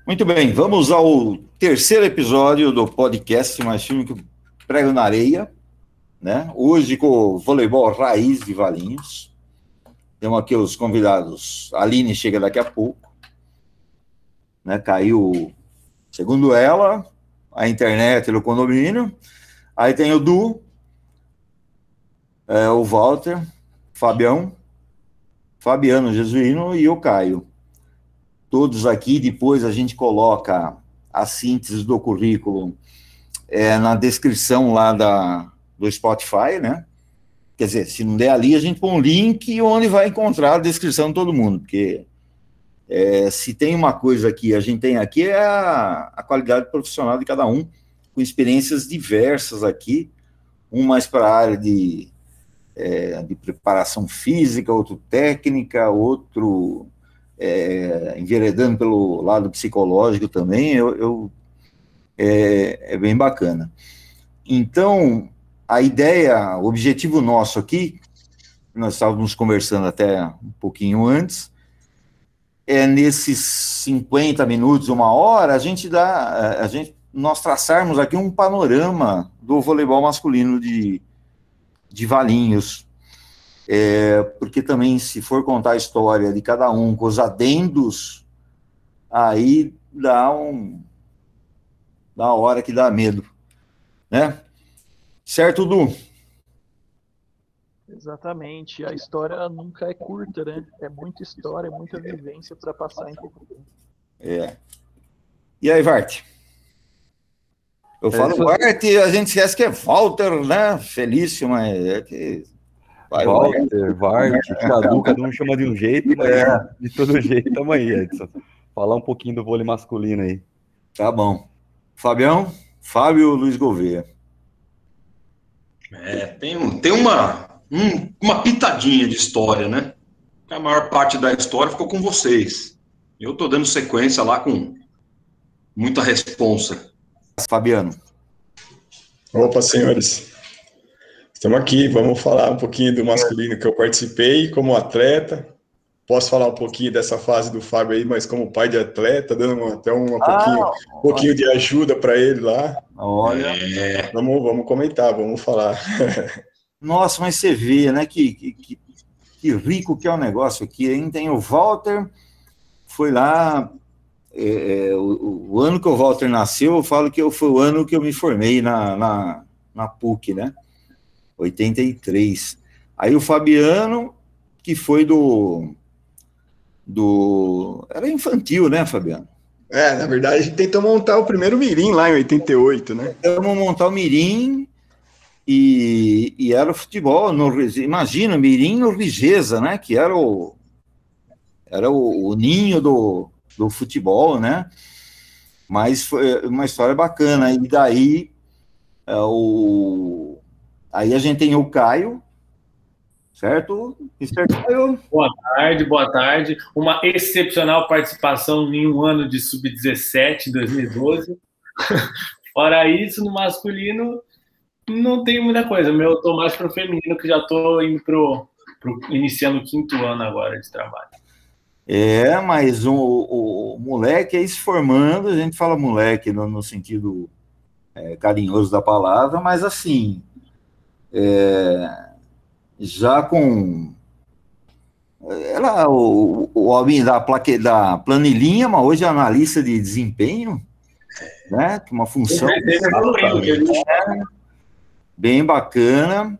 Muito bem, vamos ao terceiro episódio do podcast Mais Firme que Prego na Areia, né? Hoje com o voleibol raiz de Valinhos. Temos aqui os convidados. A Aline chega daqui a pouco, né? Caiu, segundo ela, a internet do condomínio. Aí tem o Du, o Walter, Fabiano Jesuíno e o Caio. Todos aqui, depois a gente coloca a síntese do currículo na descrição lá do Spotify, né? Quer dizer, se não der ali, a gente põe um link onde vai encontrar a descrição de todo mundo, porque se tem uma coisa que a gente tem aqui é a qualidade profissional de cada um, com experiências diversas aqui, um mais para a área de preparação física, outro técnica, outro enveredando pelo lado psicológico também, é bem bacana. Então, a ideia, o objetivo nosso aqui, nós estávamos conversando até um pouquinho antes, nesses 50 minutos, uma hora, nós traçarmos aqui um panorama do voleibol masculino de Valinhos, porque também, se for contar a história de cada um com os adendos, aí dá hora que dá medo, né? Certo, Du? Exatamente. A história nunca é curta, né? É muita história, muita vivência para passar em pouco tempo. E aí, Vart? Eu falo Vart e a gente esquece que é Walter, né? Felício, mas é que... Walter, Vart, Cadu, cada um chama de um jeito, mas de todo jeito estamos aí, Edson. Falar um pouquinho do vôlei masculino aí. Tá bom. Fábio Luiz Gouveia. Tem uma pitadinha de história, né? A maior parte da história ficou com vocês. Eu tô dando sequência lá com muita responsa. Fabiano. Opa, senhores. Estamos aqui, vamos falar um pouquinho do masculino que eu participei como atleta. Posso falar um pouquinho dessa fase do Fábio aí, mas como pai de atleta, dando até um pouquinho de ajuda para ele lá. Olha. Vamos comentar, vamos falar. Nossa, mas você vê, né, que rico que é o negócio aqui, hein? Tem o Walter, foi lá, o ano que o Walter nasceu, eu falo que foi o ano que eu me formei na PUC, né? 83. Aí o Fabiano, que foi era infantil, né, Fabiano? Na verdade, a gente tentou montar o primeiro Mirim lá em 88, né? Tentamos montar o Mirim e era o futebol, imagina, Mirim no Rigesa, né, que era o ninho do futebol, né? Mas foi uma história bacana. E daí, aí a gente tem o Caio, certo? Mr. Caio? Boa tarde. Uma excepcional participação em um ano de sub-17, 2012. Fora isso, no masculino, não tem muita coisa. Eu tô mais pro feminino, que já tô indo iniciando o 5º ano agora de trabalho. Mas o moleque aí se formando, a gente fala moleque no sentido carinhoso da palavra, mas assim, já com o homem da planilhinha, mas hoje é analista de desempenho, né? Uma função bem bacana.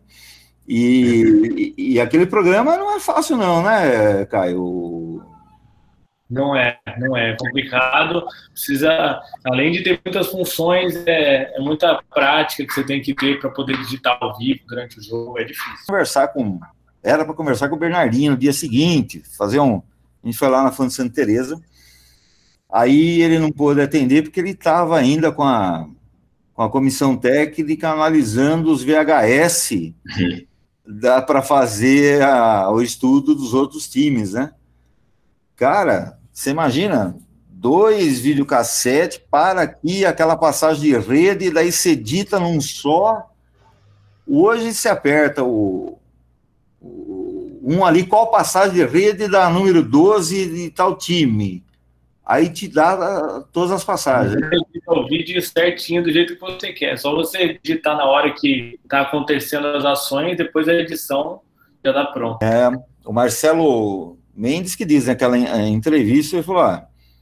E aquele programa não é fácil não, né, Caio? Não é complicado, precisa, além de ter muitas funções, muita prática que você tem que ter para poder digitar ao vivo durante o jogo, é difícil. Era para conversar com o Bernardinho no dia seguinte, a gente foi lá na Fonte Santa Teresa, aí ele não pôde atender porque ele estava ainda com a comissão técnica analisando os VHS para fazer o estudo dos outros times, né? Cara, você imagina, 2 videocassetes, para aqui, aquela passagem de rede, daí você edita num só. Hoje se aperta um ali, qual passagem de rede da número 12 de tal time. aí te dá todas as passagens. O vídeo certinho do jeito que você quer. Só você digitar na hora que está acontecendo as ações, depois a edição já dá pronto. O Marcelo Mendes que diz naquela entrevista, ele falou,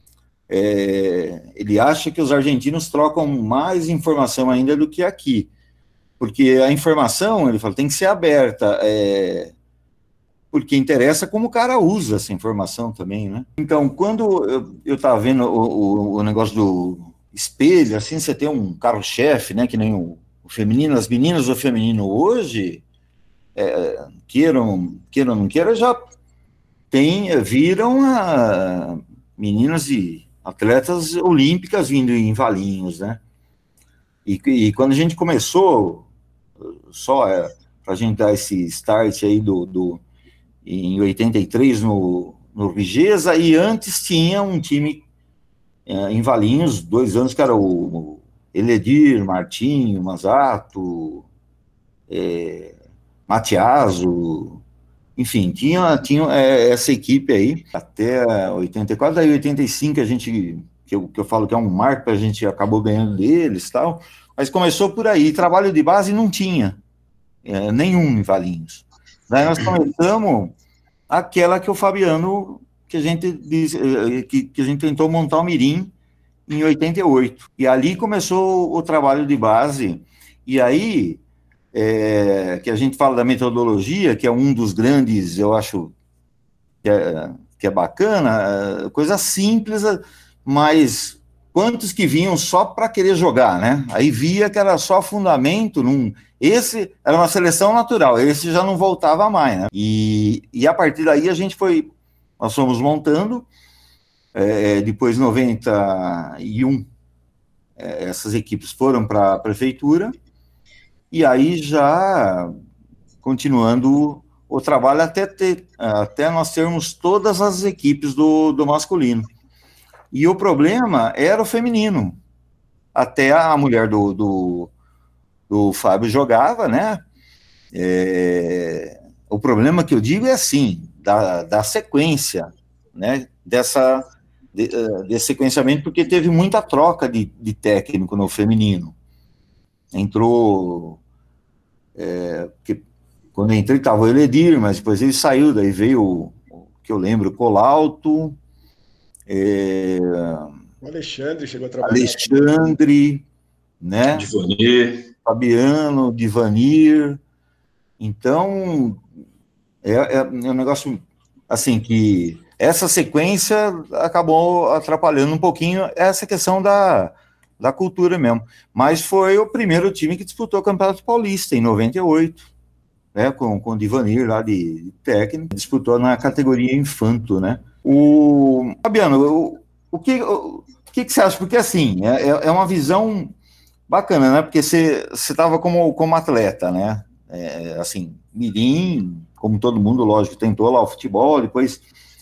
ele acha que os argentinos trocam mais informação ainda do que aqui, porque a informação, ele fala, tem que ser aberta, porque interessa como o cara usa essa informação também, né? Então, quando eu estava vendo o negócio do espelho, assim, você tem um carro-chefe, né, que nem o feminino, as meninas do feminino hoje, queiram ou não queiram, já viram meninas e atletas olímpicas vindo em Valinhos, né? E quando a gente começou, só para a gente dar esse start aí em 83 no Rigesa, e antes tinha um time em Valinhos, 2 anos, que era o Eledir, Martinho, Masato, Matiaso, enfim, tinha essa equipe aí, até 84, daí 85 que eu falo que é um marco, a gente acabou ganhando deles e tal, mas começou por aí, trabalho de base não tinha, nenhum em Valinhos. Daí nós começamos aquela que o Fabiano, que a gente tentou montar o Mirim em 88, e ali começou o trabalho de base, e aí que a gente fala da metodologia, que é um dos grandes, eu acho que é bacana, coisa simples, mas quantos que vinham só para querer jogar, né? Aí via que era só fundamento, esse era uma seleção natural, esse já não voltava mais, né? E a partir daí nós fomos montando, depois de 91, essas equipes foram para a prefeitura, e aí já continuando o trabalho até nós termos todas as equipes do masculino. E o problema era o feminino. Até a mulher do Fábio jogava, né? O problema que eu digo é assim, da sequência, né? Desse sequenciamento, porque teve muita troca de técnico no feminino. Entrou... quando eu entrei estava o Eledir, mas depois ele saiu, daí veio que eu lembro, o Colauto, o Alexandre chegou a trabalhar. Alexandre, né? Divanir. Fabiano, Divanir. Então, um negócio assim que essa sequência acabou atrapalhando um pouquinho essa questão da cultura mesmo. Mas foi o primeiro time que disputou o Campeonato Paulista, em 98, né, com o Divanir lá de técnico, disputou na categoria infanto, né? Fabiano, o que você acha? Porque, assim, é uma visão bacana, né? Porque você estava como atleta, né? Assim, mirim, como todo mundo, lógico, tentou lá o futebol, depois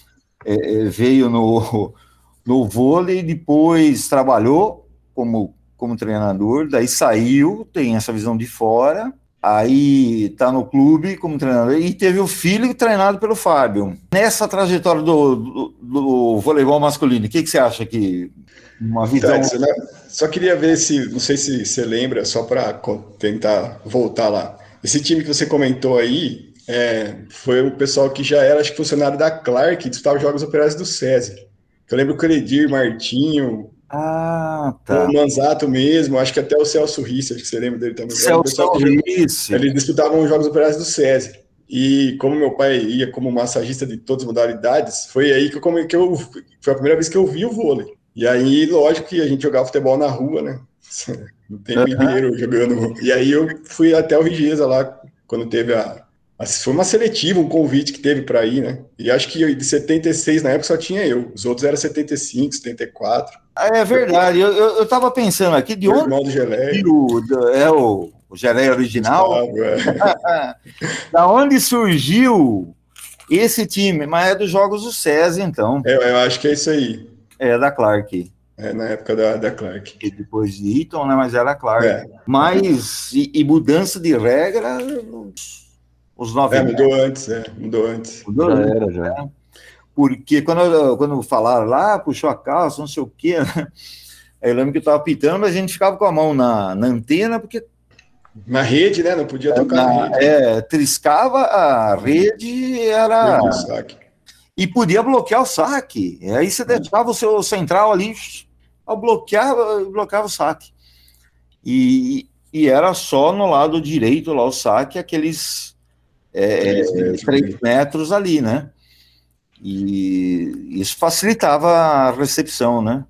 veio no vôlei, depois trabalhou como treinador, daí saiu, tem essa visão de fora, aí tá no clube como treinador, e teve o filho treinado pelo Fábio. Nessa trajetória do voleibol masculino, o que você acha que uma visão... Só queria ver não sei se você lembra, só para tentar voltar lá. Esse time que você comentou aí, foi o pessoal que já era, acho que, funcionário da Clark, que disputava os Jogos Operários do SESI. Eu lembro que o Eledir, Martinho... tá. O Manzato mesmo, acho que até o Celso Risse, acho que você lembra dele também. Celso Risse. Eles disputavam os Jogos Operários do SESI. E como meu pai ia como massagista de todas as modalidades, foi aí foi a primeira vez que eu vi o vôlei. E aí, lógico que a gente jogava futebol na rua, né? O tempo inteiro jogando. E aí eu fui até o Rigesa lá, quando teve foi uma seletiva, um convite que teve para ir, né? E acho que de 76 na época só tinha eu. Os outros eram 75, 74. É verdade. Eu tava pensando aqui, de onde irmão do Geleia. O Geleia original. Da onde surgiu esse time? Mas é dos Jogos do SESI, então. Eu acho que é isso aí. É da Clark. Na época da Clark. E depois de Eton, né? Mas era Clark. Mas, e mudança de regra, os 9 mudou antes, mudou antes. Já era. Porque quando falaram lá, puxou a calça, não sei o quê, né? Aí eu lembro que eu estava pitando, mas a gente ficava com a mão na antena, porque Na rede, né? Não podia tocar na rede. triscava a rede, era... Perdia o saque. E podia bloquear o saque. Aí você deixava o seu central ali, bloqueava o saque. E era só no lado direito lá o saque, aqueles 3 metros ali, né? E isso facilitava a recepção, né?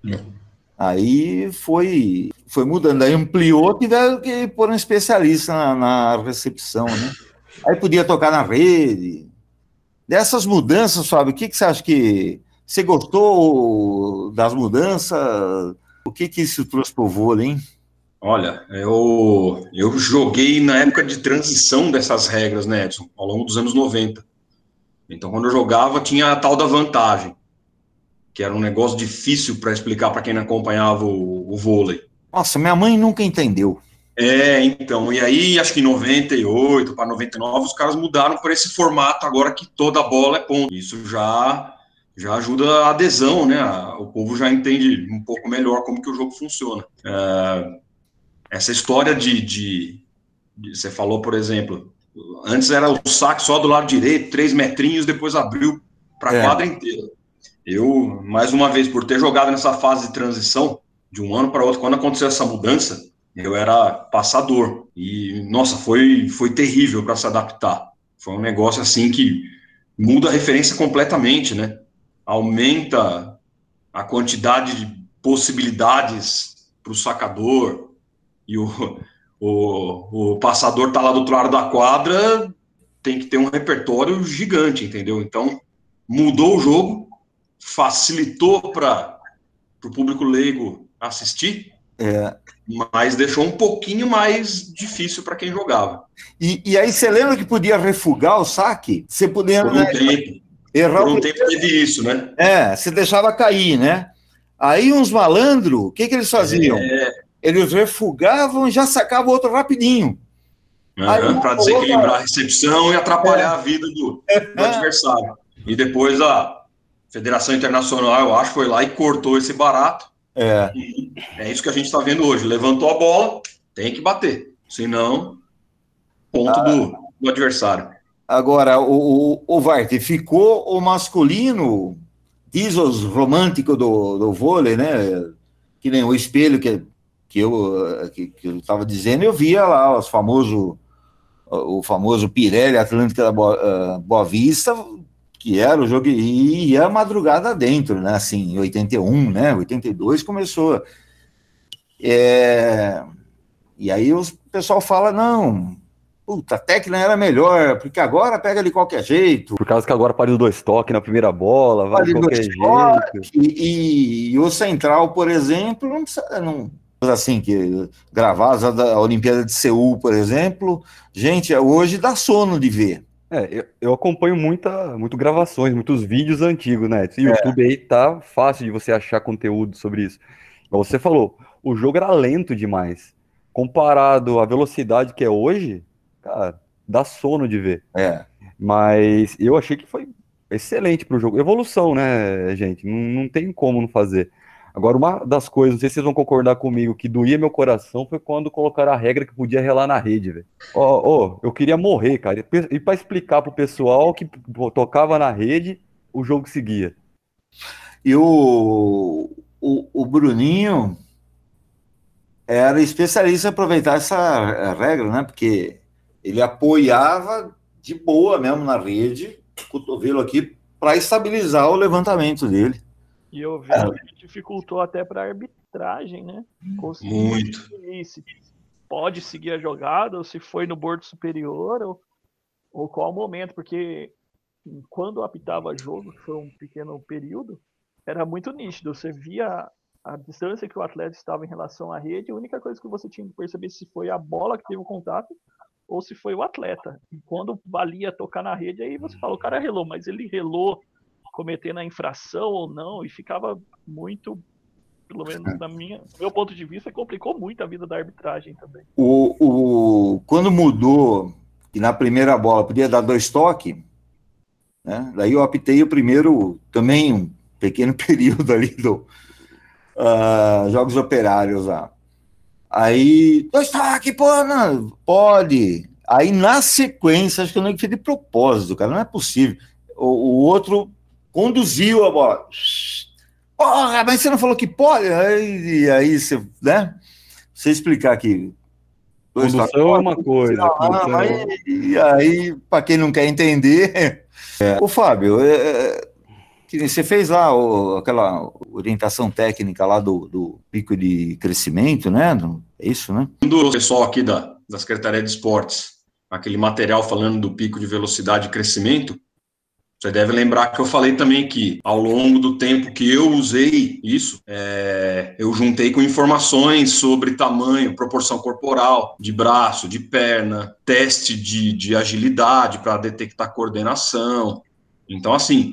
Aí foi mudando, aí ampliou, tiveram que pôr um especialista na recepção, né? Aí podia tocar na rede. Dessas mudanças, Fábio, o que você acha que... Você gostou das mudanças? O que isso trouxe para o vôlei, hein? Olha, eu joguei na época de transição dessas regras, né, Edson, ao longo dos anos 90. Então, quando eu jogava, tinha a tal da vantagem, que era um negócio difícil para explicar para quem não acompanhava o vôlei. Nossa, minha mãe nunca entendeu. Então, e aí, acho que em 98 para 99, os caras mudaram para esse formato agora que toda bola é ponto. Isso já ajuda a adesão, né? O povo já entende um pouco melhor como que o jogo funciona. Essa história de você falou, por exemplo, antes era o saque só do lado direito, 3 metrinhos, depois abriu para a quadra inteira. Eu, mais uma vez, por ter jogado nessa fase de transição, de um ano para outro, quando aconteceu essa mudança, eu era passador. E, nossa, foi terrível para se adaptar. Foi um negócio assim que muda a referência completamente, né? Aumenta a quantidade de possibilidades para o sacador, e o passador tá lá do outro lado da quadra, tem que ter um repertório gigante, entendeu? Então, mudou o jogo, facilitou para o público leigo assistir, mas deixou um pouquinho mais difícil para quem jogava. E aí você lembra que podia refugar o saque? Você podia... Por um tempo. Errar por um tempo teve isso, né? Você deixava cair, né? Aí uns malandros, o que eles faziam? Eles refugavam e já sacavam o outro rapidinho. Para desequilibrar a recepção e atrapalhar a vida do adversário. E depois a Federação Internacional, eu acho, foi lá e cortou esse barato. E é isso que a gente está vendo hoje. Levantou a bola, tem que bater. Senão, ponto do adversário. Agora, o Vart, ficou o masculino, diz os românticos do vôlei, né? Que nem o espelho que eu estava dizendo, eu via lá o famoso Pirelli Atlântica da Boa Vista, que era o jogo, e ia madrugada dentro, né? Assim, em 81, né? 82 começou. E aí o pessoal fala, não, puta, a técnica era melhor, porque agora pega de qualquer jeito. Por causa que agora pode 2 toques na primeira bola, vai de qualquer jeito. E o central, por exemplo, não precisa... assim, que gravados da Olimpíada de Seul, por exemplo, gente, hoje dá sono de ver. Eu acompanho muito gravações, muitos vídeos antigos, né? O YouTube aí tá fácil de você achar conteúdo sobre isso. Como você falou, o jogo era lento demais. Comparado à velocidade que é hoje, cara, dá sono de ver. Mas eu achei que foi excelente pro jogo. Evolução, né, gente? Não tem como não fazer. Agora, uma das coisas, não sei se vocês vão concordar comigo, que doía meu coração foi quando colocaram a regra que podia relar na rede, velho. Eu queria morrer, cara. E pra explicar pro pessoal que tocava na rede, o jogo seguia. E o Bruninho era especialista em aproveitar essa regra, né? Porque ele apoiava de boa mesmo na rede, cotovelo aqui, para estabilizar o levantamento dele. E eu vejo que dificultou até para a arbitragem, né? Muito. Se pode seguir a jogada, ou se foi no bordo superior, ou qual momento, porque quando apitava jogo, que foi um pequeno período, era muito nítido. Você via a distância que o atleta estava em relação à rede, a única coisa que você tinha que perceber se foi a bola que teve o contato ou se foi o atleta. E quando valia tocar na rede, aí você fala, o cara relou, mas ele relou cometendo a infração ou não, e ficava muito, pelo menos do meu ponto de vista, complicou muito a vida da arbitragem também. Quando mudou, e na primeira bola podia dar 2 toques, né? Daí eu optei o primeiro, também um pequeno período ali do Jogos Operários lá. Aí, destaque, pô, não, pode. Aí, na sequência, acho que eu não fiz de propósito, cara, não é possível. O outro conduziu a bola. Porra, mas você não falou que pode? Aí você, né? Você explicar aqui. Condução é uma coisa. E aí, para quem não quer entender... Ô, Fábio, você fez lá aquela orientação técnica lá do pico de crescimento, né? É isso, né? Do pessoal aqui da Secretaria de Esportes, aquele material falando do pico de velocidade e crescimento, você deve lembrar que eu falei também que, ao longo do tempo que eu usei isso, eu juntei com informações sobre tamanho, proporção corporal, de braço, de perna, teste de agilidade para detectar coordenação. Então, assim,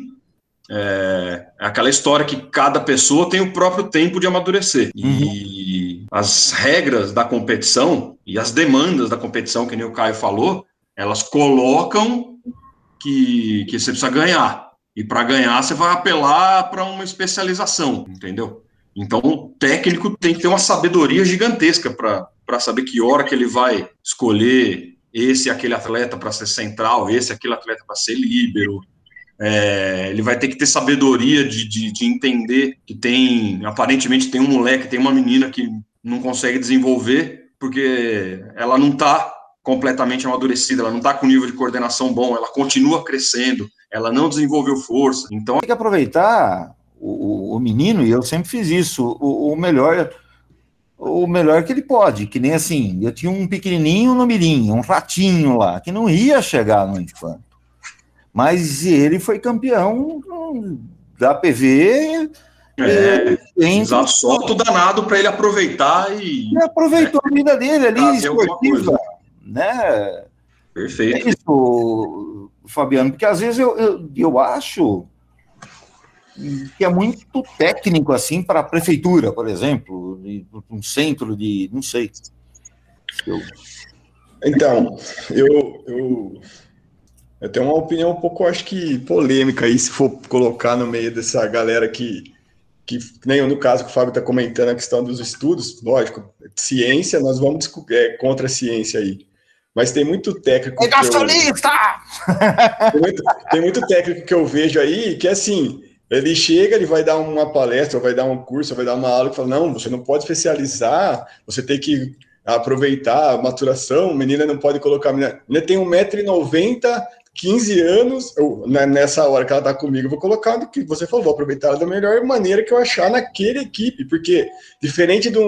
é aquela história que cada pessoa tem o próprio tempo de amadurecer. E as regras da competição e as demandas da competição, que nem o Caio falou, elas colocam que você precisa ganhar. E para ganhar, você vai apelar para uma especialização, entendeu? Então, o técnico tem que ter uma sabedoria gigantesca para saber que hora que ele vai escolher esse e aquele atleta para ser central, esse e aquele atleta para ser líbero. Ele vai ter que ter sabedoria de entender que aparentemente tem um moleque, tem uma menina que não consegue desenvolver porque ela não está completamente amadurecida, ela não está com nível de coordenação bom, ela continua crescendo, ela não desenvolveu força. Então, tem que aproveitar o menino, e eu sempre fiz isso, o melhor que ele pode, que nem assim, eu tinha um pequenininho no mirim, um ratinho lá, que não ia chegar no infanto. Mas ele foi campeão da PV. Exato, solta o danado para ele aproveitar e aproveitou a vida dele ali, esportiva, né? Perfeito. É isso, Fabiano, porque às vezes eu acho que é muito técnico assim para a prefeitura, por exemplo, um centro de, não sei. Então, eu tenho uma opinião um pouco, acho que polêmica aí, se for colocar no meio dessa galera que nem no caso que o Fábio está comentando, a questão dos estudos, lógico, ciência, nós vamos contra a ciência aí. Mas tem muito técnico. Negacionista! Tem muito técnico que eu vejo aí que, assim, ele chega, ele vai dar uma palestra, ou vai dar um curso, ou vai dar uma aula, que fala, não, você não pode especializar, você tem que aproveitar a maturação, menina não pode colocar... Menina tem 1,90 m, 15 anos, nessa hora que ela está comigo, eu vou colocar do que você falou, vou aproveitar ela da melhor maneira que eu achar naquele equipe, porque diferente de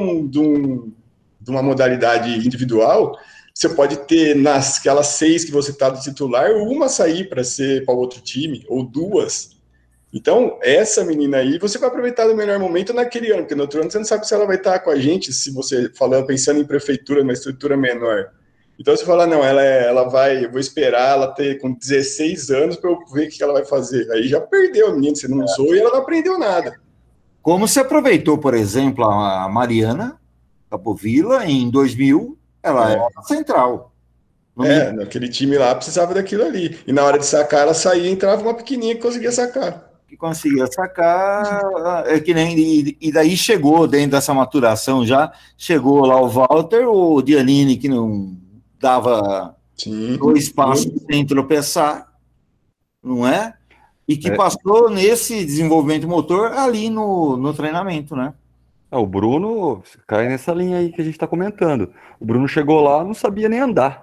uma modalidade individual, você pode ter nasquelas 6 que você está do titular, uma sair para ser para outro time, ou 2. Então, essa menina aí, você vai aproveitar do melhor momento naquele ano, porque no outro ano você não sabe se ela vai estar com a gente, se você falando, pensando em prefeitura, numa estrutura menor. Então, você fala, não, eu vou esperar ela ter com 16 anos para eu ver o que ela vai fazer. Aí já perdeu a menina, você não usou e ela não aprendeu nada. Como se aproveitou, por exemplo, a Mariana Capovilla, em 2000, ela era central. Naquele time lá precisava daquilo ali. E na hora de sacar, ela saía e entrava uma pequenininha que conseguia sacar. Que conseguia sacar, que nem, e daí chegou, dentro dessa maturação já, chegou lá o Walter, o Giannini, que não dava 2 passos sem tropeçar, não é? E que passou nesse desenvolvimento motor ali no treinamento, né? O Bruno cai nessa linha aí que a gente está comentando. O Bruno chegou lá, não sabia nem andar.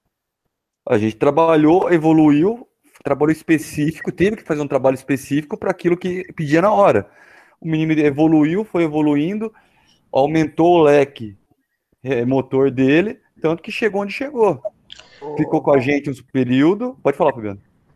A gente trabalhou, evoluiu, trabalho específico, teve que fazer um trabalho específico para aquilo que pedia na hora. O menino evoluiu, foi evoluindo, aumentou o leque motor dele, tanto que chegou onde chegou. Ficou com a gente um período. Pode falar, Fabiano.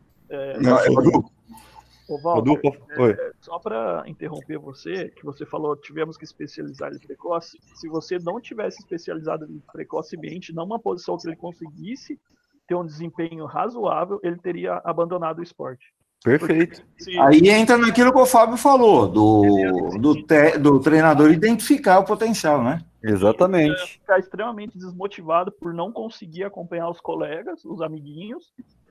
Walter, só para interromper você, que você falou, tivemos que especializar ele precoce. Se você não tivesse especializado ele precocemente, numa posição que ele conseguisse ter um desempenho razoável, ele teria abandonado o esporte. Perfeito. Aí entra naquilo que o Fábio falou, do treinador identificar o potencial, né? Exatamente. Ficar extremamente desmotivado por não conseguir acompanhar os colegas, os amiguinhos,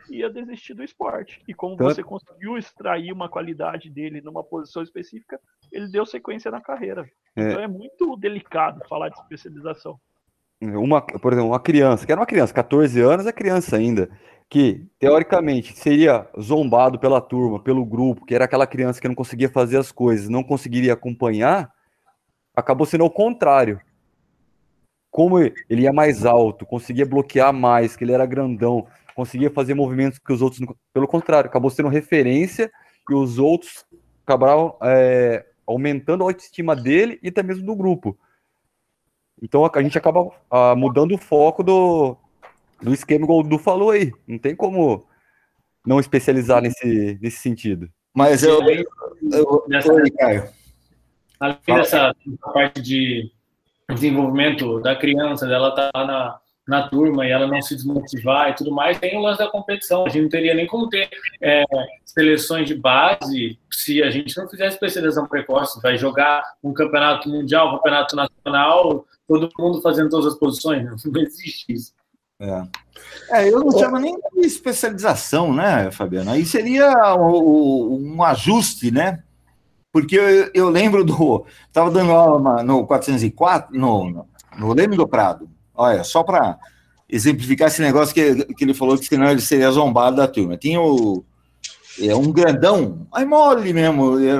ia desistir do esporte. E como Tanto- você conseguiu extrair uma qualidade dele numa posição específica, ele deu sequência na carreira. Então é muito delicado falar de especialização. Por exemplo, uma criança, que era uma criança, 14 anos é criança ainda, que teoricamente seria zombado pela turma, pelo grupo, que era aquela criança que não conseguia fazer as coisas, não conseguiria acompanhar, acabou sendo o contrário. Como ele ia mais alto, conseguia bloquear mais, que ele era grandão, conseguia fazer movimentos que os outros, pelo contrário, acabou sendo referência e os outros acabaram aumentando a autoestima dele e até mesmo do grupo. Então a gente acaba mudando o foco do esquema, igual o Du falou aí. Não tem como não especializar nesse sentido. Mas E aí, Oi, Caio. além dessa parte de desenvolvimento da criança, dela estar lá na turma e ela não se desmotivar e tudo mais, tem o lance da competição. A gente não teria nem como ter seleções de base se a gente não fizesse especialização precoce. Vai jogar um campeonato mundial, um campeonato nacional, todo mundo fazendo todas as posições. Não existe isso. Eu não chamo nem de especialização, né, Fabiano? Aí seria um ajuste, né? Porque eu lembro estava dando aula no 404, no Leme do Prado. Olha, só para exemplificar esse negócio que ele falou que senão ele seria zombado da turma. Tinha um grandão, aí mole mesmo, era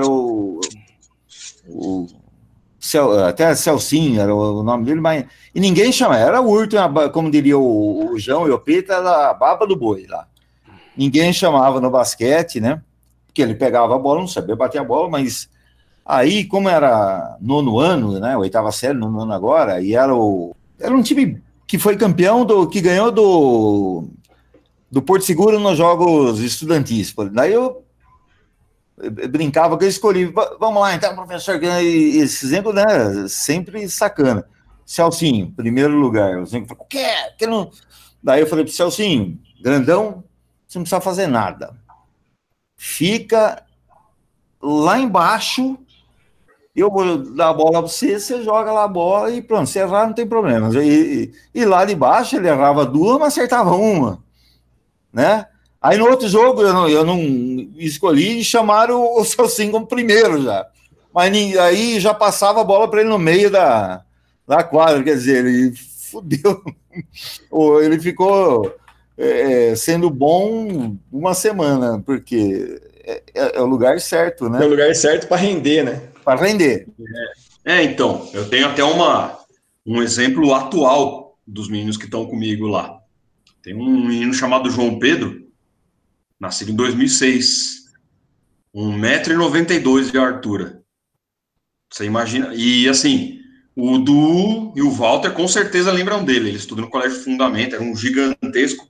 até Celcinho era o nome dele, mas e ninguém chama, era o Urto, como diria o João e o Pita, era a baba do boi lá. Ninguém chamava no basquete, né? Porque ele pegava a bola, não sabia bater a bola, mas aí, como era nono ano, né? Oitava série, nono ano agora, e era um time que foi campeão que ganhou do Porto Seguro nos Jogos Estudantis. Daí eu brincava que eu escolhi, vamos lá, então, professor, esse exemplo, né, sempre sacana. Celcinho, primeiro lugar. Eu sempre falei, o quê? Que não... Daí eu falei pro Celcinho, grandão, você não precisa fazer nada. Fica lá embaixo, eu vou dar a bola para você joga lá a bola e pronto, se errar não tem problema. E lá de baixo ele errava duas, mas acertava uma, né? Aí no outro jogo eu não escolhi e chamaram o Celcinho como primeiro já. Mas aí já passava a bola para ele no meio da quadra, quer dizer, ele fudeu. Ele ficou sendo bom uma semana, porque é o lugar certo, né? É o lugar certo para render, né? Para render. Então, eu tenho até um exemplo atual dos meninos que estão comigo lá. Tem um menino chamado João Pedro, nascido em 2006, 1,92 m de altura. Você imagina? E assim, o Du e o Walter com certeza lembram dele. Ele estudou no Colégio Fundamento, era um gigantesco.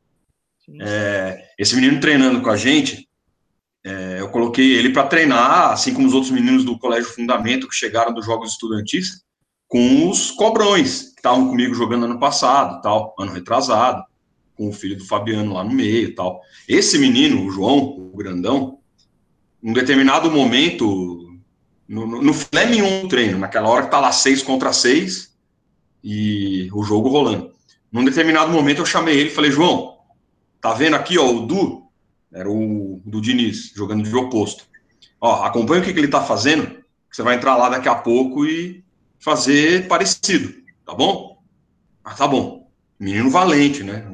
Esse menino treinando com a gente, eu coloquei ele para treinar, assim como os outros meninos do Colégio Fundamento que chegaram dos Jogos Estudantis, com os cobrões que estavam comigo jogando ano passado, tal, ano retrasado, com o filho do Fabiano lá no meio, tal. Esse menino, o João, o grandão, em um determinado momento, no filé mignon treino, naquela hora que tá lá 6 contra 6 e o jogo rolando. Num determinado momento eu chamei ele e falei, João, tá vendo aqui, ó, o Du, era o do Diniz, jogando de oposto. Ó, acompanha o que ele tá fazendo, que você vai entrar lá daqui a pouco e fazer parecido, tá bom? Ah, tá bom. Menino valente, né?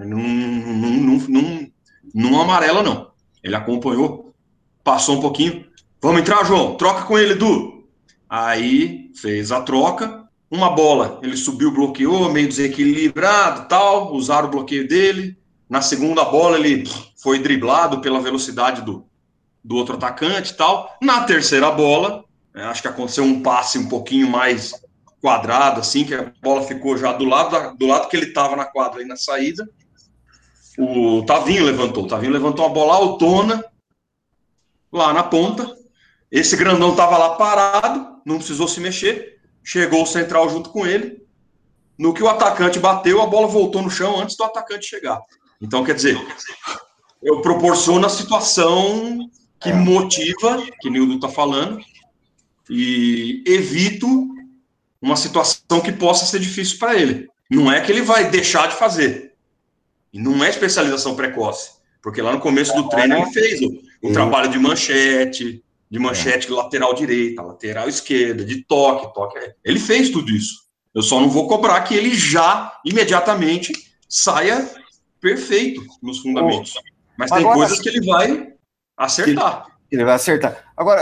Não amarela, não. Ele acompanhou, passou um pouquinho. Vamos entrar, João? Troca com ele, Du. Aí fez a troca. Uma bola, ele subiu, bloqueou, meio desequilibrado, tal. Usaram o bloqueio dele. Na segunda bola, ele foi driblado pela velocidade do outro atacante e tal. Na terceira bola, acho que aconteceu um passe um pouquinho mais quadrado, assim, que a bola ficou já do lado que ele estava na quadra, aí na saída. O Tavinho levantou a bola autona, lá na ponta. Esse grandão estava lá parado, não precisou se mexer. Chegou o central junto com ele. No que o atacante bateu, a bola voltou no chão antes do atacante chegar. Então, quer dizer, eu proporciono a situação que motiva, que o Nildo está falando, e evito uma situação que possa ser difícil para ele. Não é que ele vai deixar de fazer. E não é especialização precoce. Porque lá no começo do treino ele fez o trabalho de manchete lateral direita, lateral esquerda, de toque. Ele fez tudo isso. Eu só não vou cobrar que ele já, imediatamente, saia perfeito nos fundamentos. Mas tem coisas que ele vai acertar. Ele vai acertar. Agora,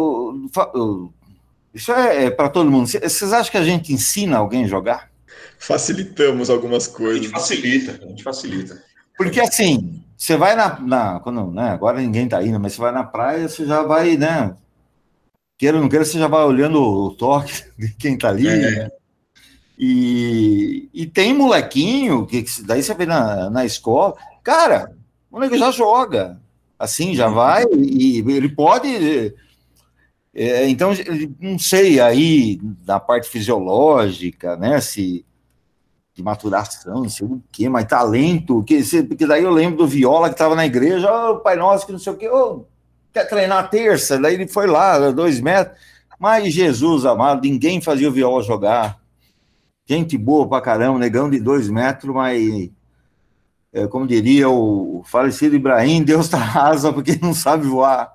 isso é para todo mundo. Vocês acham que a gente ensina alguém a jogar? Facilitamos algumas coisas. A gente facilita. Porque assim, você vai quando, né, agora ninguém tá indo, mas você vai na praia, você já vai, né? Queira ou não queira, você já vai olhando o toque de quem tá ali. E tem molequinho, que daí você vê na escola, cara, o moleque já joga. Assim, já vai, e ele pode. Então, não sei aí, na parte fisiológica, né? Se de maturação, não sei o quê, mas talento, porque daí eu lembro do Viola que estava na igreja, Pai Nosso, que não sei o quê, quer treinar terça, daí ele foi lá, 2 metros, mas Jesus amado, ninguém fazia o Viola jogar, gente boa pra caramba, negão de 2 metros, mas, como diria o falecido Ibrahim, Deus tá asa porque não sabe voar.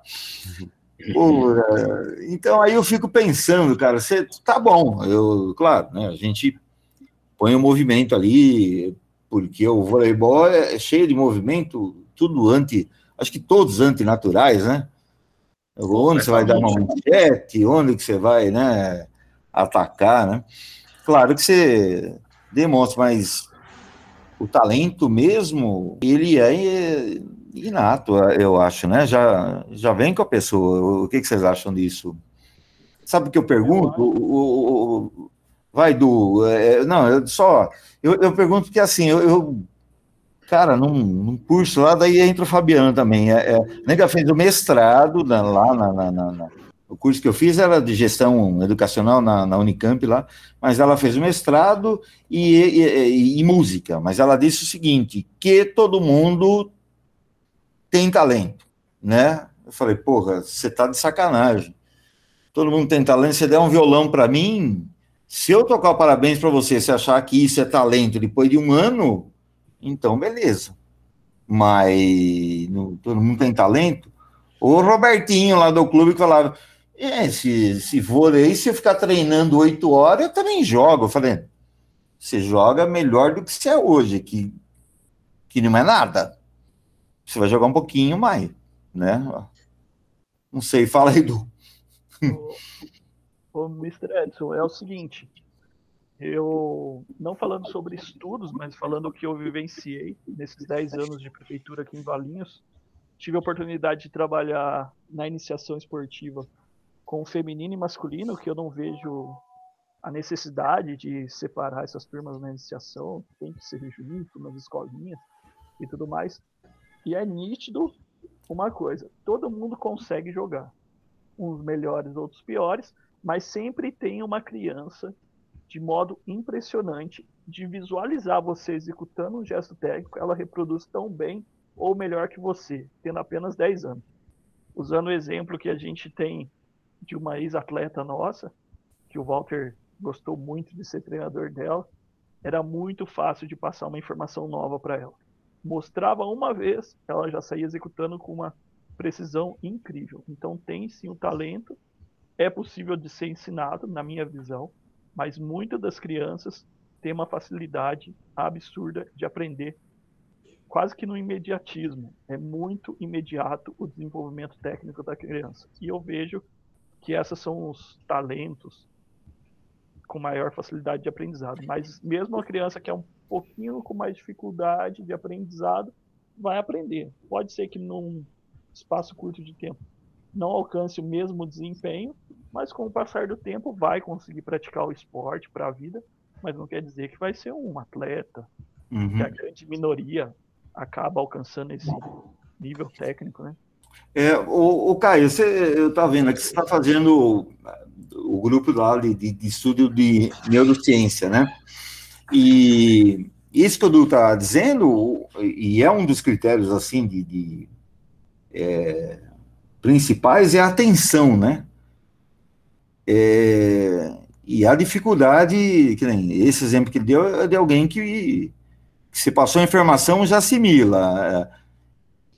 Então aí eu fico pensando, cara, tá bom, claro, né, a gente põe o movimento ali, porque o voleibol é cheio de movimento, tudo acho que todos antinaturais, né? Onde você vai dar uma manchete, onde que você vai, né, atacar, né? Claro que você demonstra, mas o talento mesmo, ele é inato, eu acho, né? Já vem com a pessoa. O que vocês acham disso? Sabe o que eu pergunto? Vai, Du. Eu pergunto porque, assim, cara, num curso lá, daí entra o Fabiano também. Nega fez o mestrado o curso que eu fiz era de gestão educacional na Unicamp lá, mas ela fez o mestrado e música. Mas ela disse o seguinte, que todo mundo tem talento, né? Eu falei, porra, você tá de sacanagem. Todo mundo tem talento, você der um violão para mim... Se eu tocar o parabéns para você, se achar que isso é talento depois de 1 ano, então beleza. Mas todo mundo tem talento. O Robertinho lá do clube que falava, se for aí, se eu ficar treinando 8 horas, eu também jogo. Eu falei, você joga melhor do que você é hoje, que não é nada. Você vai jogar um pouquinho mais, né? Não sei, fala aí, Du. Ô, Mr. Edson, é o seguinte, eu, não falando sobre estudos, mas falando o que eu vivenciei nesses 10 anos de prefeitura aqui em Valinhos, tive a oportunidade de trabalhar na iniciação esportiva com feminino e masculino, que eu não vejo a necessidade de separar essas turmas na iniciação, tem que ser junto nas escolinhas e tudo mais, e é nítido uma coisa, todo mundo consegue jogar, uns melhores, outros piores, mas sempre tem uma criança, de modo impressionante, de visualizar você executando um gesto técnico, ela reproduz tão bem ou melhor que você, tendo apenas 10 anos. Usando o exemplo que a gente tem de uma ex-atleta nossa, que o Walter gostou muito de ser treinador dela, era muito fácil de passar uma informação nova para ela. Mostrava uma vez, ela já saía executando com uma precisão incrível. Então tem sim o talento, é possível de ser ensinado, na minha visão, mas muitas das crianças têm uma facilidade absurda de aprender, quase que no imediatismo. É muito imediato o desenvolvimento técnico da criança. E eu vejo que esses são os talentos com maior facilidade de aprendizado. Mas mesmo a criança que é um pouquinho com mais dificuldade de aprendizado, vai aprender. Pode ser que num espaço curto de tempo não alcance o mesmo desempenho, mas com o passar do tempo vai conseguir praticar o esporte para a vida, mas não quer dizer que vai ser um atleta, que a grande minoria acaba alcançando esse nível técnico, né? O Caio, eu estava vendo aqui, você está fazendo o grupo lá de estudo de neurociência, né? E isso que o Du está dizendo, e é um dos critérios, assim, principais, é a atenção, né? E a dificuldade, que nem esse exemplo que ele deu, é de alguém que se passou a informação já assimila.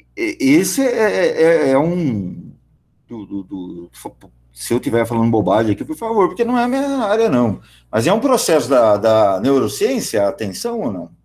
esse é um... se eu estiver falando bobagem aqui, por favor, porque não é a minha área, não. Mas é um processo da neurociência, a atenção ou não?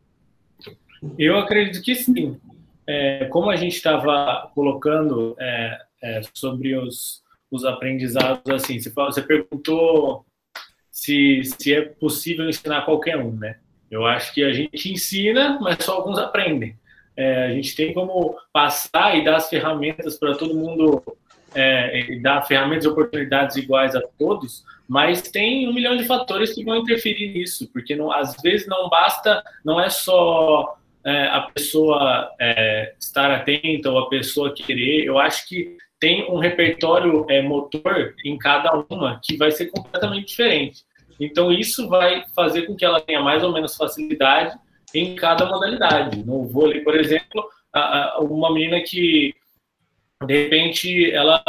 Eu acredito que sim. Como a gente estava colocando sobre os aprendizados, assim, você perguntou se é possível ensinar qualquer um, né? Eu acho que a gente ensina, mas só alguns aprendem. A gente tem como passar e dar as ferramentas para todo mundo, e dar ferramentas e oportunidades iguais a todos, mas tem 1 milhão de fatores que vão interferir nisso, porque às vezes não basta, não é só a pessoa estar atenta ou a pessoa querer. Eu acho que tem um repertório motor em cada uma que vai ser completamente diferente. Então, isso vai fazer com que ela tenha mais ou menos facilidade em cada modalidade. No vôlei, por exemplo, uma menina que, de repente, ela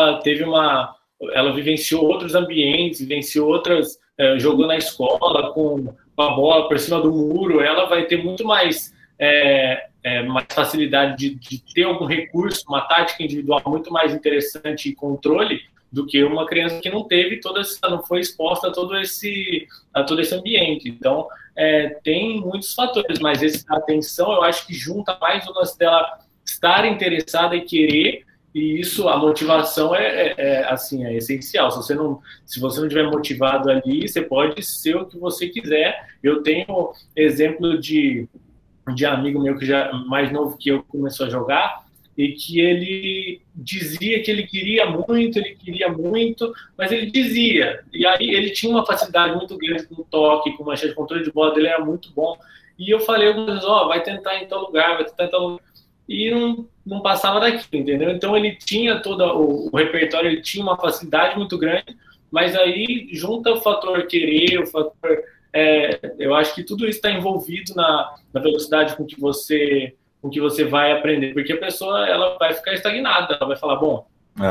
vivenciou outros ambientes, vivenciou outras, jogou na escola com a bola por cima do muro, ela vai ter muito mais mais facilidade de ter algum recurso, uma tática individual muito mais interessante e controle do que uma criança que não teve não foi exposta a todo esse ambiente. Então, tem muitos fatores, mas a atenção, eu acho que junta mais o lance dela estar interessada e querer, e isso, a motivação assim, é essencial. Se você não estiver motivado ali, você pode ser o que você quiser. Eu tenho exemplo de amigo meu que já mais novo que eu começou a jogar, e que ele dizia que ele queria muito, mas ele dizia, e aí ele tinha uma facilidade muito grande com o toque, com mancha de controle de bola dele era muito bom, e eu falei algumas vezes, vai tentar em tal lugar, e não passava daquilo, entendeu? Então ele tinha todo o repertório, ele tinha uma facilidade muito grande, mas aí junta o fator querer, o fator... eu acho que tudo isso está envolvido na velocidade com que você vai aprender, porque a pessoa ela vai ficar estagnada, ela vai falar, bom,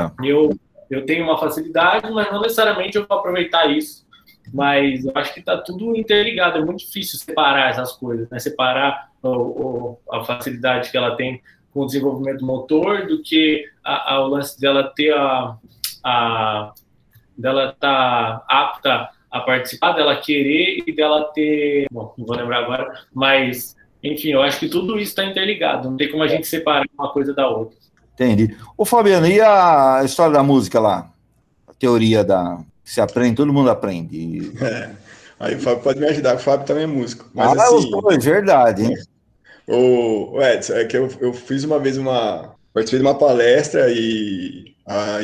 eu tenho uma facilidade, mas não necessariamente eu vou aproveitar isso, mas eu acho que está tudo interligado, é muito difícil separar essas coisas, né? Separar a facilidade que ela tem com o desenvolvimento motor do que o lance dela ter dela estar apta a participar, dela querer e dela ter... Bom, não vou lembrar agora, mas, enfim, eu acho que tudo isso está interligado, não tem como a gente separar uma coisa da outra. Entendi. Ô, Fabiano, e a história da música lá? A teoria que se aprende, todo mundo aprende. Aí o Fábio pode me ajudar, o Fábio também é músico. Mas assim... É verdade, hein? O Edson, é que eu fiz uma vez participei de uma palestra e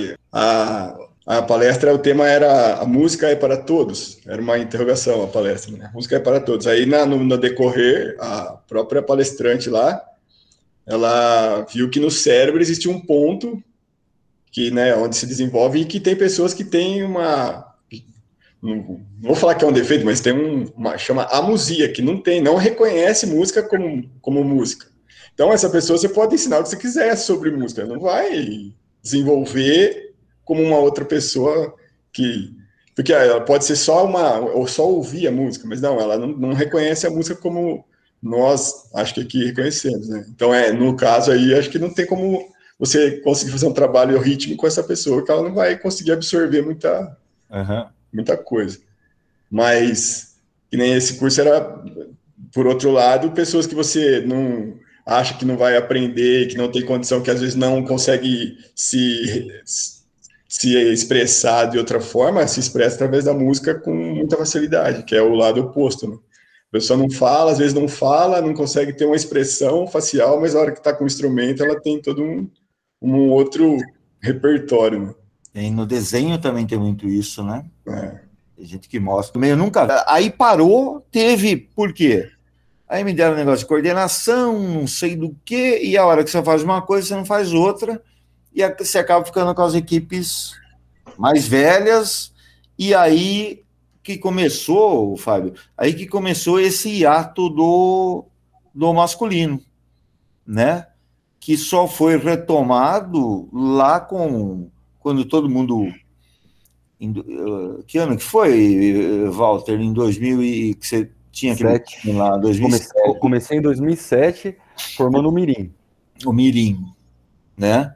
a palestra, o tema era a música é para todos, era uma interrogação a palestra, né? A música é para todos. Aí no decorrer, a própria palestrante lá, ela viu que no cérebro existe um ponto que, né, onde se desenvolve e que tem pessoas que têm não vou falar que é um defeito, mas tem chama amusia, que não reconhece música como música. Então, essa pessoa você pode ensinar o que você quiser sobre música, não vai desenvolver como uma outra pessoa porque ela pode ser ou só ouvir a música, mas não, ela não reconhece a música como nós, acho que aqui reconhecemos, né? Então, no caso aí, acho que não tem como você conseguir fazer um trabalho rítmico com essa pessoa, que ela não vai conseguir absorver muita coisa. Mas, que nem esse curso era, por outro lado, pessoas que você não acha que não vai aprender, que não tem condição, que às vezes não consegue se expressar de outra forma, se expressa através da música com muita facilidade, que é o lado oposto, né? A pessoa não fala, às vezes não fala, não consegue ter uma expressão facial, mas na hora que está com o instrumento, ela tem todo um outro repertório, né? E no desenho também tem muito isso, né? Tem gente que mostra. Também eu nunca... Aí parou, por quê? Aí me deram um negócio de coordenação, não sei do quê, e a hora que você faz uma coisa, você não faz outra, e você acaba ficando com as equipes mais velhas, e aí que começou, Fábio, aí que começou esse hiato do masculino, né? Que só foi retomado lá quando todo mundo... Que ano que foi, Walter? Em 2000 que você tinha aquele time lá, 2007. Comecei em 2007, formando o Mirim. O Mirim. né?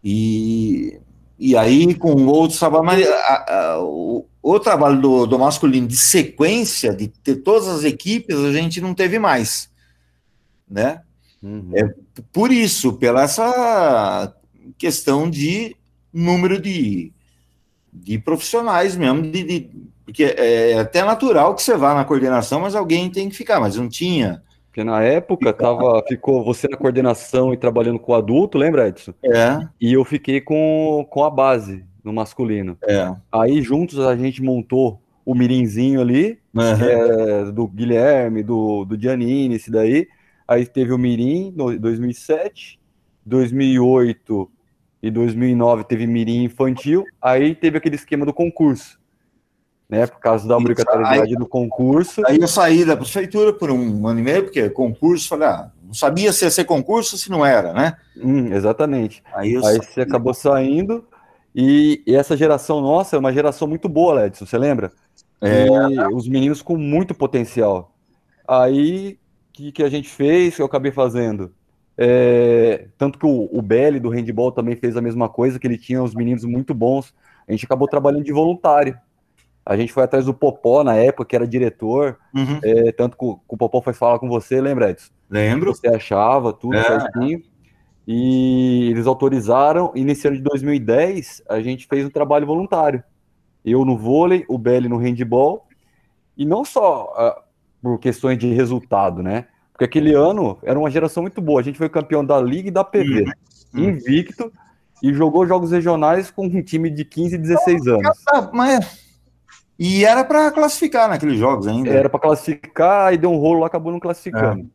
E aí, com outros trabalhos, mas o trabalho do masculino de sequência, de ter todas as equipes, a gente não teve mais, né? Por isso, pela essa questão de número de profissionais mesmo, porque é até natural que você vá na coordenação, mas alguém tem que ficar, mas não tinha. Porque na época ficou você na coordenação e trabalhando com o adulto, lembra, Edson? E eu fiquei com a base no masculino. Aí juntos a gente montou o mirinzinho ali, do Guilherme, do Giannini, esse daí. Aí teve o mirim em 2007, 2008 e 2009 teve mirim infantil. Aí teve aquele esquema do concurso, né? Por causa da obrigatoriedade do concurso. Aí eu saí da prefeitura por 1 ano e meio, porque concurso, falei, não sabia se ia ser concurso ou se não era, né? Exatamente. Aí você acabou saindo, e essa geração nossa é uma geração muito boa, Edson, você lembra? E os meninos com muito potencial. Aí, o que a gente fez, que eu acabei fazendo? Tanto que o Belli do handball também fez a mesma coisa, que ele tinha os meninos muito bons. A gente acabou trabalhando de voluntário. A gente foi atrás do Popó na época, que era diretor, tanto que o Popó foi falar com você, lembra, Edson? Lembro. Você achava tudo certinho. E eles autorizaram, e nesse ano de 2010, a gente fez um trabalho voluntário. Eu no vôlei, o Belli no handball, e não só por questões de resultado, né? Porque aquele ano era uma geração muito boa. A gente foi campeão da Liga e da PV, invicto, e jogou jogos regionais com um time de 15 e 16 anos. E era para classificar naqueles jogos ainda. Era para classificar, e deu um rolo lá, acabou não classificando.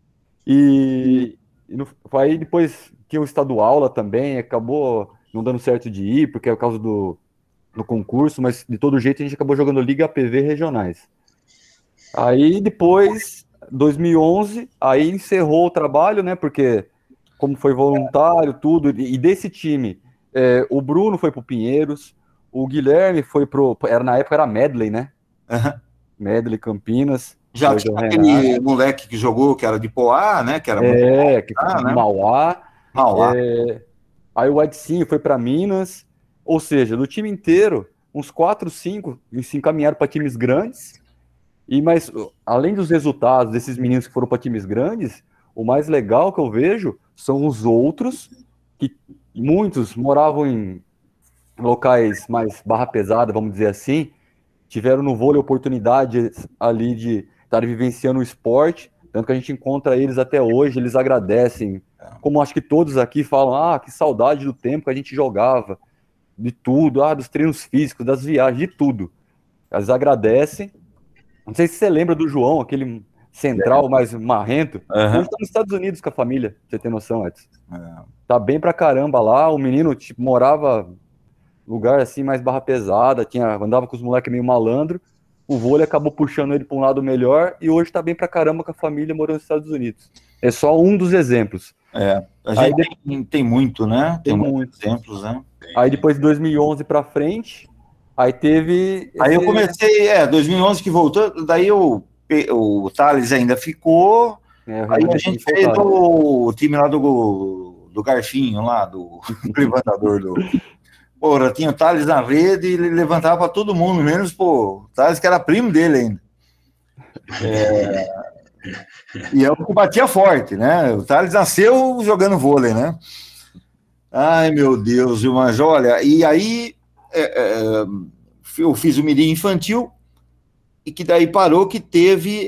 Aí depois tinha o estadual lá também, acabou não dando certo de ir, porque é por causa do concurso, mas de todo jeito a gente acabou jogando Liga APV regionais. Aí depois, 2011, aí encerrou o trabalho, né, porque como foi voluntário, tudo, e desse time, o Bruno foi pro Pinheiros, o Guilherme foi na época era Medley, né? Medley, Campinas. Já tinha aquele moleque que jogou, que era de Poá, né? Que era né? Mauá. Aí o Edcinho foi para Minas. Ou seja, do time inteiro, uns 4, 5 se encaminharam para times grandes. Mas, além dos resultados desses meninos que foram para times grandes, o mais legal que eu vejo são os outros, que muitos moravam em locais mais barra pesada, vamos dizer assim, tiveram no vôlei oportunidade ali de estar vivenciando o esporte, tanto que a gente encontra eles até hoje, eles agradecem, como acho que todos aqui falam, que saudade do tempo que a gente jogava, de tudo, dos treinos físicos, das viagens, de tudo. Eles agradecem. Não sei se você lembra do João, aquele central mais marrento, hoje tá nos Estados Unidos com a família, pra você ter noção, Edson. Tá bem pra caramba lá, o menino morava lugar assim, mais barra pesada, andava com os moleques meio malandro, o vôlei acabou puxando ele para um lado melhor, e hoje tá bem pra caramba com a família morando nos Estados Unidos. É só um dos exemplos. A gente tem muito, né? Tem muitos exemplos, né? Aí depois de 2011 pra frente, aí teve... Aí eu comecei, 2011 que voltou, daí o Thales ainda ficou, aí a gente fez o time lá do Garfinho, lá, do levantador do... Porra, tinha o Thales na rede e ele levantava para todo mundo, menos o Thales, que era primo dele ainda. E eu batia forte, né? O Thales nasceu jogando vôlei, né? Ai, meu Deus, mas olha, e aí eu fiz o mirim infantil, e que daí parou, que teve...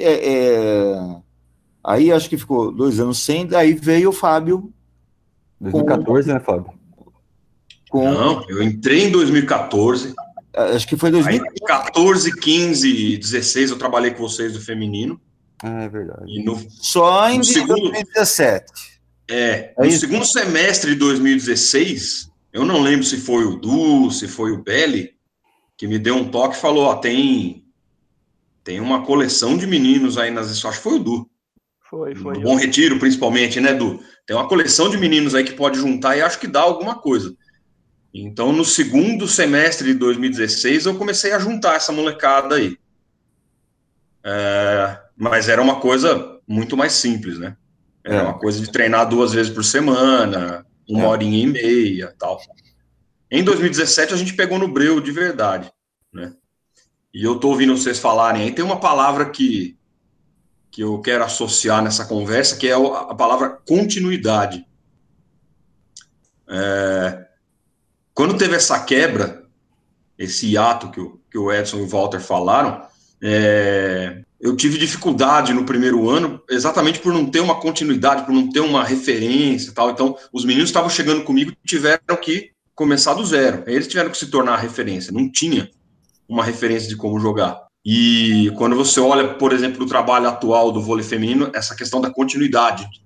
aí acho que ficou 2 anos sem, daí veio o Fábio. 2014, né, Fábio? Não, eu entrei em 2014. Acho que foi 2014, 15, 16, eu trabalhei com vocês do feminino. É verdade. E só em 2017. No segundo semestre de 2016, eu não lembro se foi o Du, se foi o Belli, que me deu um toque e falou, tem uma coleção de meninos aí nas escolas, acho que foi o Du. Foi. No Bom Retiro, principalmente, né, Du? Tem uma coleção de meninos aí que pode juntar e acho que dá alguma coisa. Então, no segundo semestre de 2016, eu comecei a juntar essa molecada aí. Mas era uma coisa muito mais simples, né? Era uma coisa de treinar 2 vezes por semana, uma horinha e meia, tal. Em 2017 a gente pegou no breu de verdade, né? E eu tô ouvindo vocês falarem aí, tem uma palavra que eu quero associar nessa conversa, que é a palavra continuidade. Quando teve essa quebra, esse hiato que o Edson e o Walter falaram, eu tive dificuldade no primeiro ano, exatamente por não ter uma continuidade, por não ter uma referência e tal. Então, os meninos estavam chegando comigo e tiveram que começar do zero. Eles tiveram que se tornar a referência. Não tinha uma referência de como jogar. E quando você olha, por exemplo, o trabalho atual do vôlei feminino, essa questão da continuidade de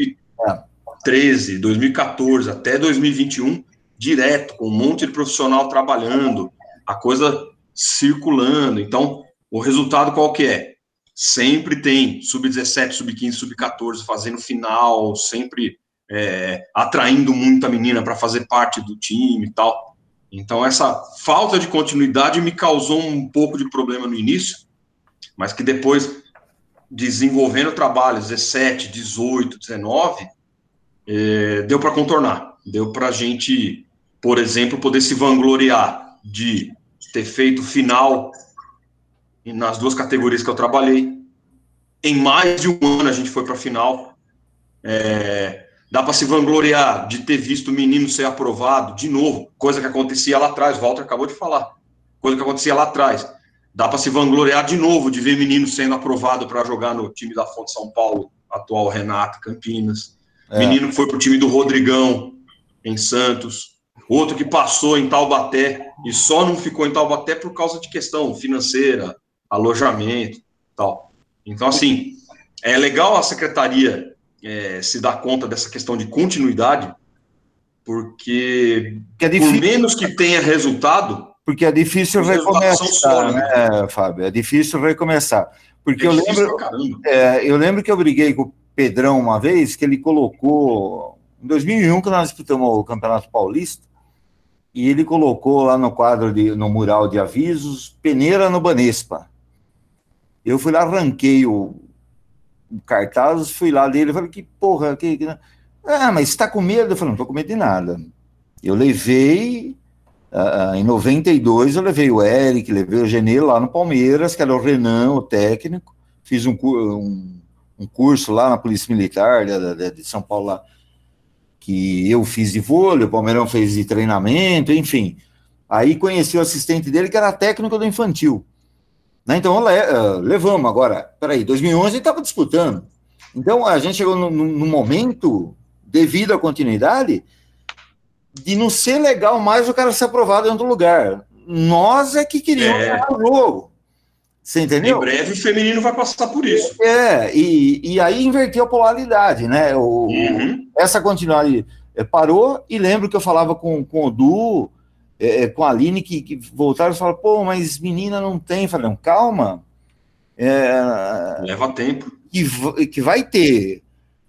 2013, 2014 até 2021, direto, com um monte de profissional trabalhando, a coisa circulando. Então, o resultado qual que é? Sempre tem sub-17, sub-15, sub-14 fazendo final, sempre atraindo muita menina para fazer parte do time e tal. Então, essa falta de continuidade me causou um pouco de problema no início, mas que depois, desenvolvendo o trabalho, 17, 18, 19, deu para contornar. Deu para a gente, por exemplo, poder se vangloriar de ter feito final nas 2 categorias que eu trabalhei. Em mais de um ano a gente foi para a final. Dá para se vangloriar de ter visto o menino ser aprovado de novo, coisa que acontecia lá atrás, o Walter acabou de falar, coisa que acontecia lá atrás. Dá para se vangloriar de novo de ver menino sendo aprovado para jogar no time da Fonte São Paulo, atual Renato Campinas. Menino que foi para o time do Rodrigão, em Santos. Outro que passou em Taubaté e só não ficou em Taubaté por causa de questão financeira, alojamento e tal. Então, assim, é legal a secretaria se dar conta dessa questão de continuidade, porque por menos que tenha resultado... Porque é difícil recomeçar, né, Fábio? É difícil recomeçar. Porque eu lembro que eu briguei com o Pedrão uma vez, que ele colocou... Em 2001, que nós disputamos o Campeonato Paulista, e ele colocou lá no quadro, no mural de avisos, peneira no Banespa. Eu fui lá, arranquei o cartaz, fui lá dele, falei, que porra, mas você tá com medo? Eu falei, não tô com medo de nada. Eu levei, em 92, eu levei o Eric, levei o Genê lá no Palmeiras, que era o Renan, o técnico, fiz um curso lá na Polícia Militar de São Paulo, lá, que eu fiz de vôlei, o Palmeirão fez de treinamento, enfim. Aí conheci o assistente dele, que era técnico do infantil. Então, levamos agora, peraí, 2011 a gente estava disputando. Então, a gente chegou num momento, devido à continuidade, de não ser legal mais o cara ser aprovado em outro lugar. Nós é que queríamos ganhar o jogo. Você entendeu? Em breve o feminino vai passar por isso. E aí inverteu a polaridade, né? Essa continuidade parou, e lembro que eu falava com o Du, com a Aline, que voltaram e falaram, pô, mas menina não tem. Eu falei, não, calma. Leva tempo. Que vai ter.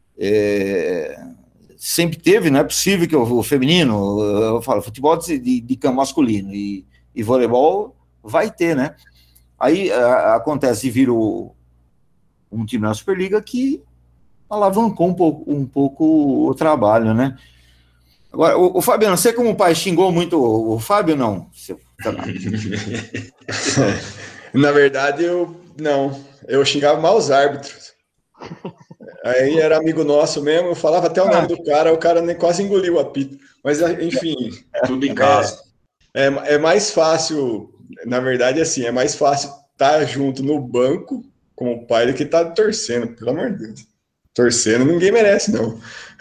Sempre teve, não é possível que o feminino, eu falo, futebol de campo masculino e voleibol vai ter, né? Aí acontece de vir um time na Superliga que alavancou um pouco o trabalho, né? Agora, o Fabiano, você como pai xingou muito o Fábio, não? Na verdade, eu xingava mal os árbitros. Aí era amigo nosso mesmo, eu falava até o nome do cara, o cara nem quase engoliu o apito. Mas, enfim... Tudo em casa. É mais fácil, na verdade, assim, é mais fácil estar junto no banco com o pai do que estar torcendo, pelo amor de Deus. Torcendo ninguém merece, não.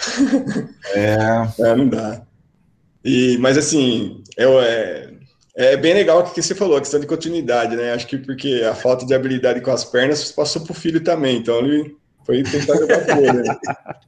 Não dá. Mas, assim, é bem legal o que você falou, a questão de continuidade, né? Acho que porque a falta de habilidade com as pernas passou pro filho também, então ele foi tentar jogar vôlei, né?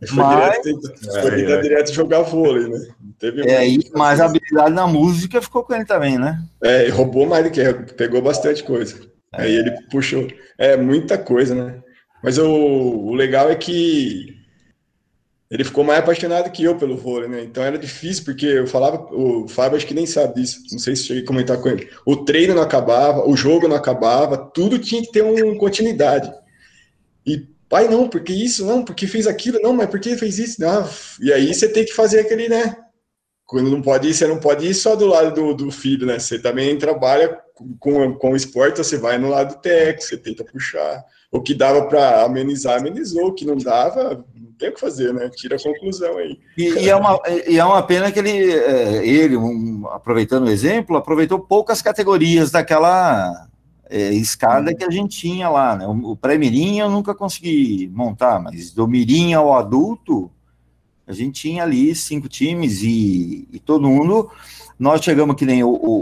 Foi direto jogar vôlei, né? Mas a habilidade na música ficou com ele também, né? Roubou mais do que pegou bastante coisa. Aí ele puxou. Muita coisa, né? Mas o legal é que ele ficou mais apaixonado que eu pelo vôlei, né? Então era difícil, porque eu falava, o Fábio acho que nem sabe disso, não sei se cheguei a comentar com ele. O treino não acabava, o jogo não acabava, tudo tinha que ter uma continuidade. E pai, não, porque isso, não, porque fez aquilo, não, mas por que fez isso? Ah, e aí você tem que fazer aquele, né? Quando não pode ir, você não pode ir só do lado do filho, né? Você também trabalha com o esporte, você vai no lado técnico, você tenta puxar. O que dava para amenizar, amenizou. O que não dava, não tem o que fazer, né? Tira a conclusão aí. E é uma pena que ele aproveitando o exemplo, aproveitou poucas categorias daquela escada que a gente tinha lá, né? O pré-mirim eu nunca consegui montar, mas do mirim ao adulto, a gente tinha ali 5 times e todo mundo. Nós chegamos que nem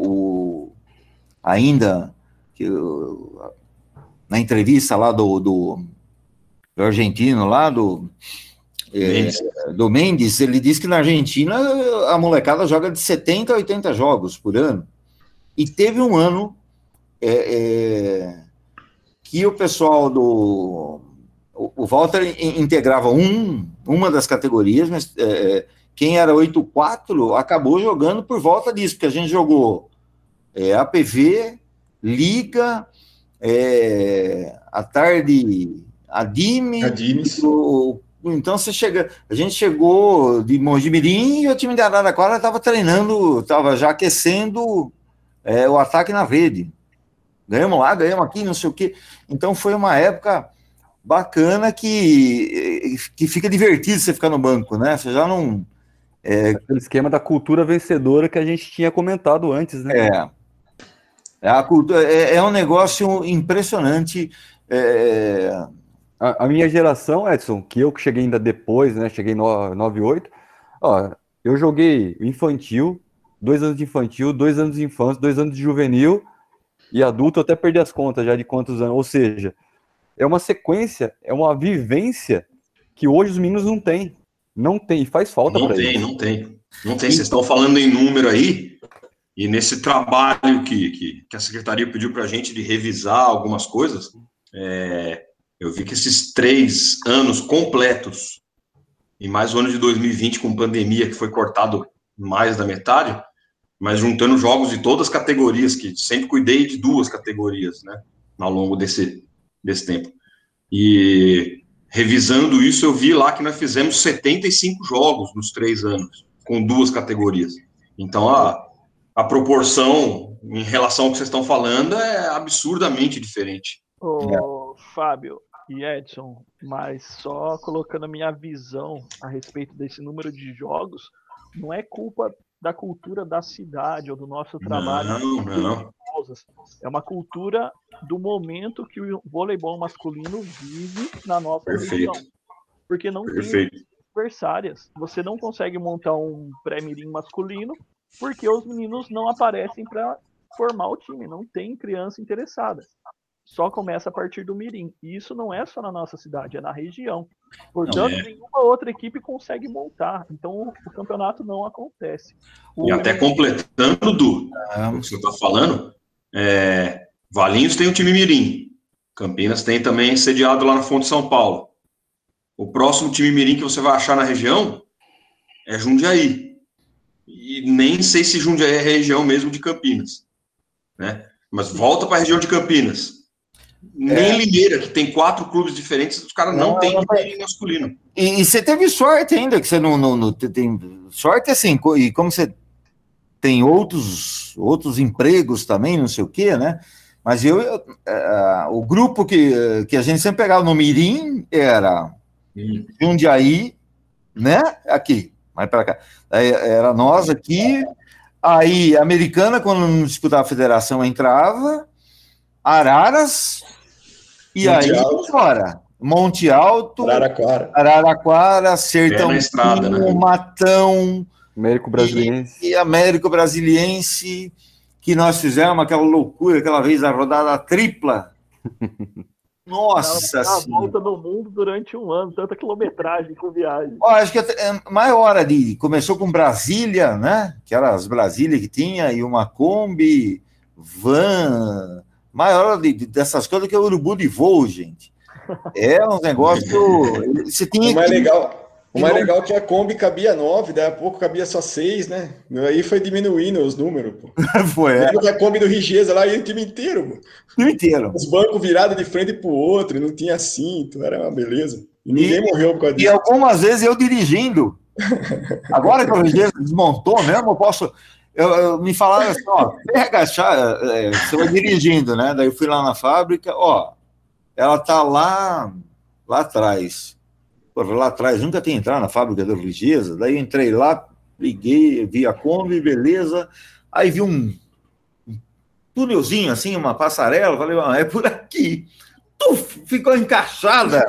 ainda na entrevista lá do argentino lá, do Mendes, ele disse que na Argentina a molecada joga de 70 a 80 jogos por ano. E teve um ano que o pessoal o Walter integrava uma das categorias, mas quem era 8-4 acabou jogando por volta disso, porque a gente jogou APV, Liga, à tarde Adimes. Então a gente chegou de Mojimirim e o time de Araraquara estava treinando, estava já aquecendo o ataque na rede. Ganhamos lá, ganhamos aqui, não sei o quê. Então foi uma época bacana que fica divertido você ficar no banco, né? Você já não... Aquele esquema da cultura vencedora que a gente tinha comentado antes, né? A cultura é um negócio impressionante. A minha geração, Edson, que eu cheguei ainda depois, né? Cheguei em 98. Eu joguei infantil, 2 anos de infantil, 2 anos de infância, 2 anos de juvenil e adulto, eu até perdi as contas já de quantos anos. Ou seja, é uma sequência, é uma vivência que hoje os meninos não têm. Não tem, e faz falta para eles. Não tem. Vocês estão falando em número aí, e nesse trabalho que a secretaria pediu para a gente de revisar algumas coisas, eu vi que esses 3 anos completos, e mais o ano de 2020 com pandemia, que foi cortado mais da metade, mas juntando jogos de todas as categorias, que sempre cuidei de 2 categorias, né, ao longo desse tempo. E revisando isso, eu vi lá que nós fizemos 75 jogos nos 3 anos, com 2 categorias. Então, a proporção em relação ao que vocês estão falando é absurdamente diferente. Fábio e Edson, mas só colocando a minha visão a respeito desse número de jogos, não é culpa da cultura da cidade ou do nosso trabalho. Não. É uma cultura do momento que o voleibol masculino vive na nossa região. Porque não tem adversárias. Você não consegue montar um pré-mirim masculino porque os meninos não aparecem para formar o time. Não tem criança interessada. Só começa a partir do mirim. E isso não é só na nossa cidade, é na região. Portanto, nenhuma outra equipe consegue montar. Então, o campeonato não acontece. E até completando, o que você está falando, Valinhos tem um time mirim. Campinas tem também sediado lá na Fonte São Paulo. O próximo time mirim que você vai achar na região é Jundiaí. E nem sei se Jundiaí é região mesmo de Campinas, né? Mas volta para a região de Campinas. Nem Limeira, que tem 4 clubes diferentes, os caras não têm time masculino. E você teve sorte ainda, que você não tem sorte assim, e como você tem outros empregos também, não sei o quê, né? Mas o grupo que a gente sempre pegava no mirim era Jundiaí, né? Aqui, mais para cá. Era nós aqui, aí Americana, quando não disputava a federação, entrava, Araras, e Monte aí Alto. Fora. Monte Alto, Araraquara, Sertão, estrada, né? Matão, Américo Brasiliense. E Américo Brasiliense, que nós fizemos aquela loucura, aquela vez a rodada tripla. Nossa Senhora. A volta no mundo durante 1 ano, tanta quilometragem com viagem. Acho que maior ali, começou com Brasília, né? Que eram as Brasília que tinha, e uma Kombi, van, maior dessas coisas que é o urubu de voo, gente. É um negócio. Você tinha o mais legal O mais legal é que a Kombi cabia 9, daí a pouco cabia só 6, né? Aí foi diminuindo os números, pô. Foi, Lembra que a Kombi do Rigeza lá ia o time inteiro, pô. O time inteiro. Os bancos virados de frente pro outro, não tinha cinto, era uma beleza. E ninguém morreu por causa disso. E algumas vezes eu dirigindo. Agora que o Rigeza desmontou mesmo, eu posso... me falaram assim, ó, pega a chave, você vai dirigindo, né? Daí eu fui lá na fábrica, ó, ela tá lá atrás. Pô, lá atrás, nunca tinha entrado na fábrica do Rigeza, daí eu entrei lá, liguei, vi a Kombi, beleza, aí vi um túnelzinho assim, uma passarela, falei, é por aqui. Tuf, ficou encaixada.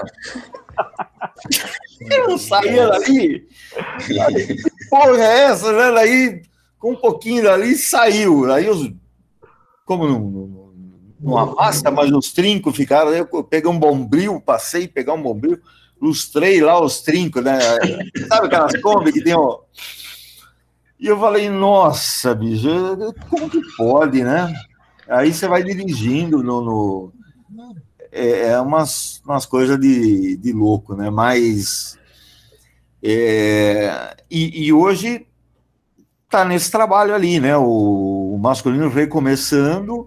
Eu não saía dali. Porra, é essa, né? Daí, com um pouquinho dali, saiu. Aí, como não amassa, mas os trincos ficaram. Eu peguei um bombril, passei, pegar um bombril, lustrei lá os trincos, né? Sabe aquelas Kombi que tem o... E eu falei, nossa, bicho, como que pode, né? Aí você vai dirigindo umas coisas de louco, né? Mas e hoje tá nesse trabalho ali, né? O masculino veio começando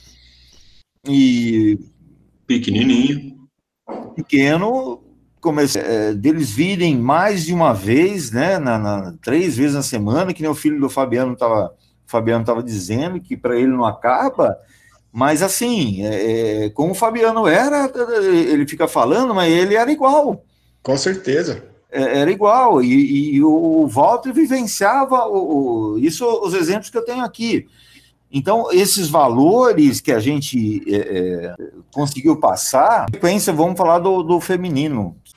e pequenininho, pequeno, deles virem mais de uma vez, né? 3 vezes na semana, que nem o filho do Fabiano estava dizendo, que para ele não acaba. Mas, assim, como o Fabiano era, ele fica falando, mas ele era igual. Com certeza. Era igual. E o Walter vivenciava isso, os exemplos que eu tenho aqui. Então, esses valores que a gente conseguiu passar, vamos falar do feminino.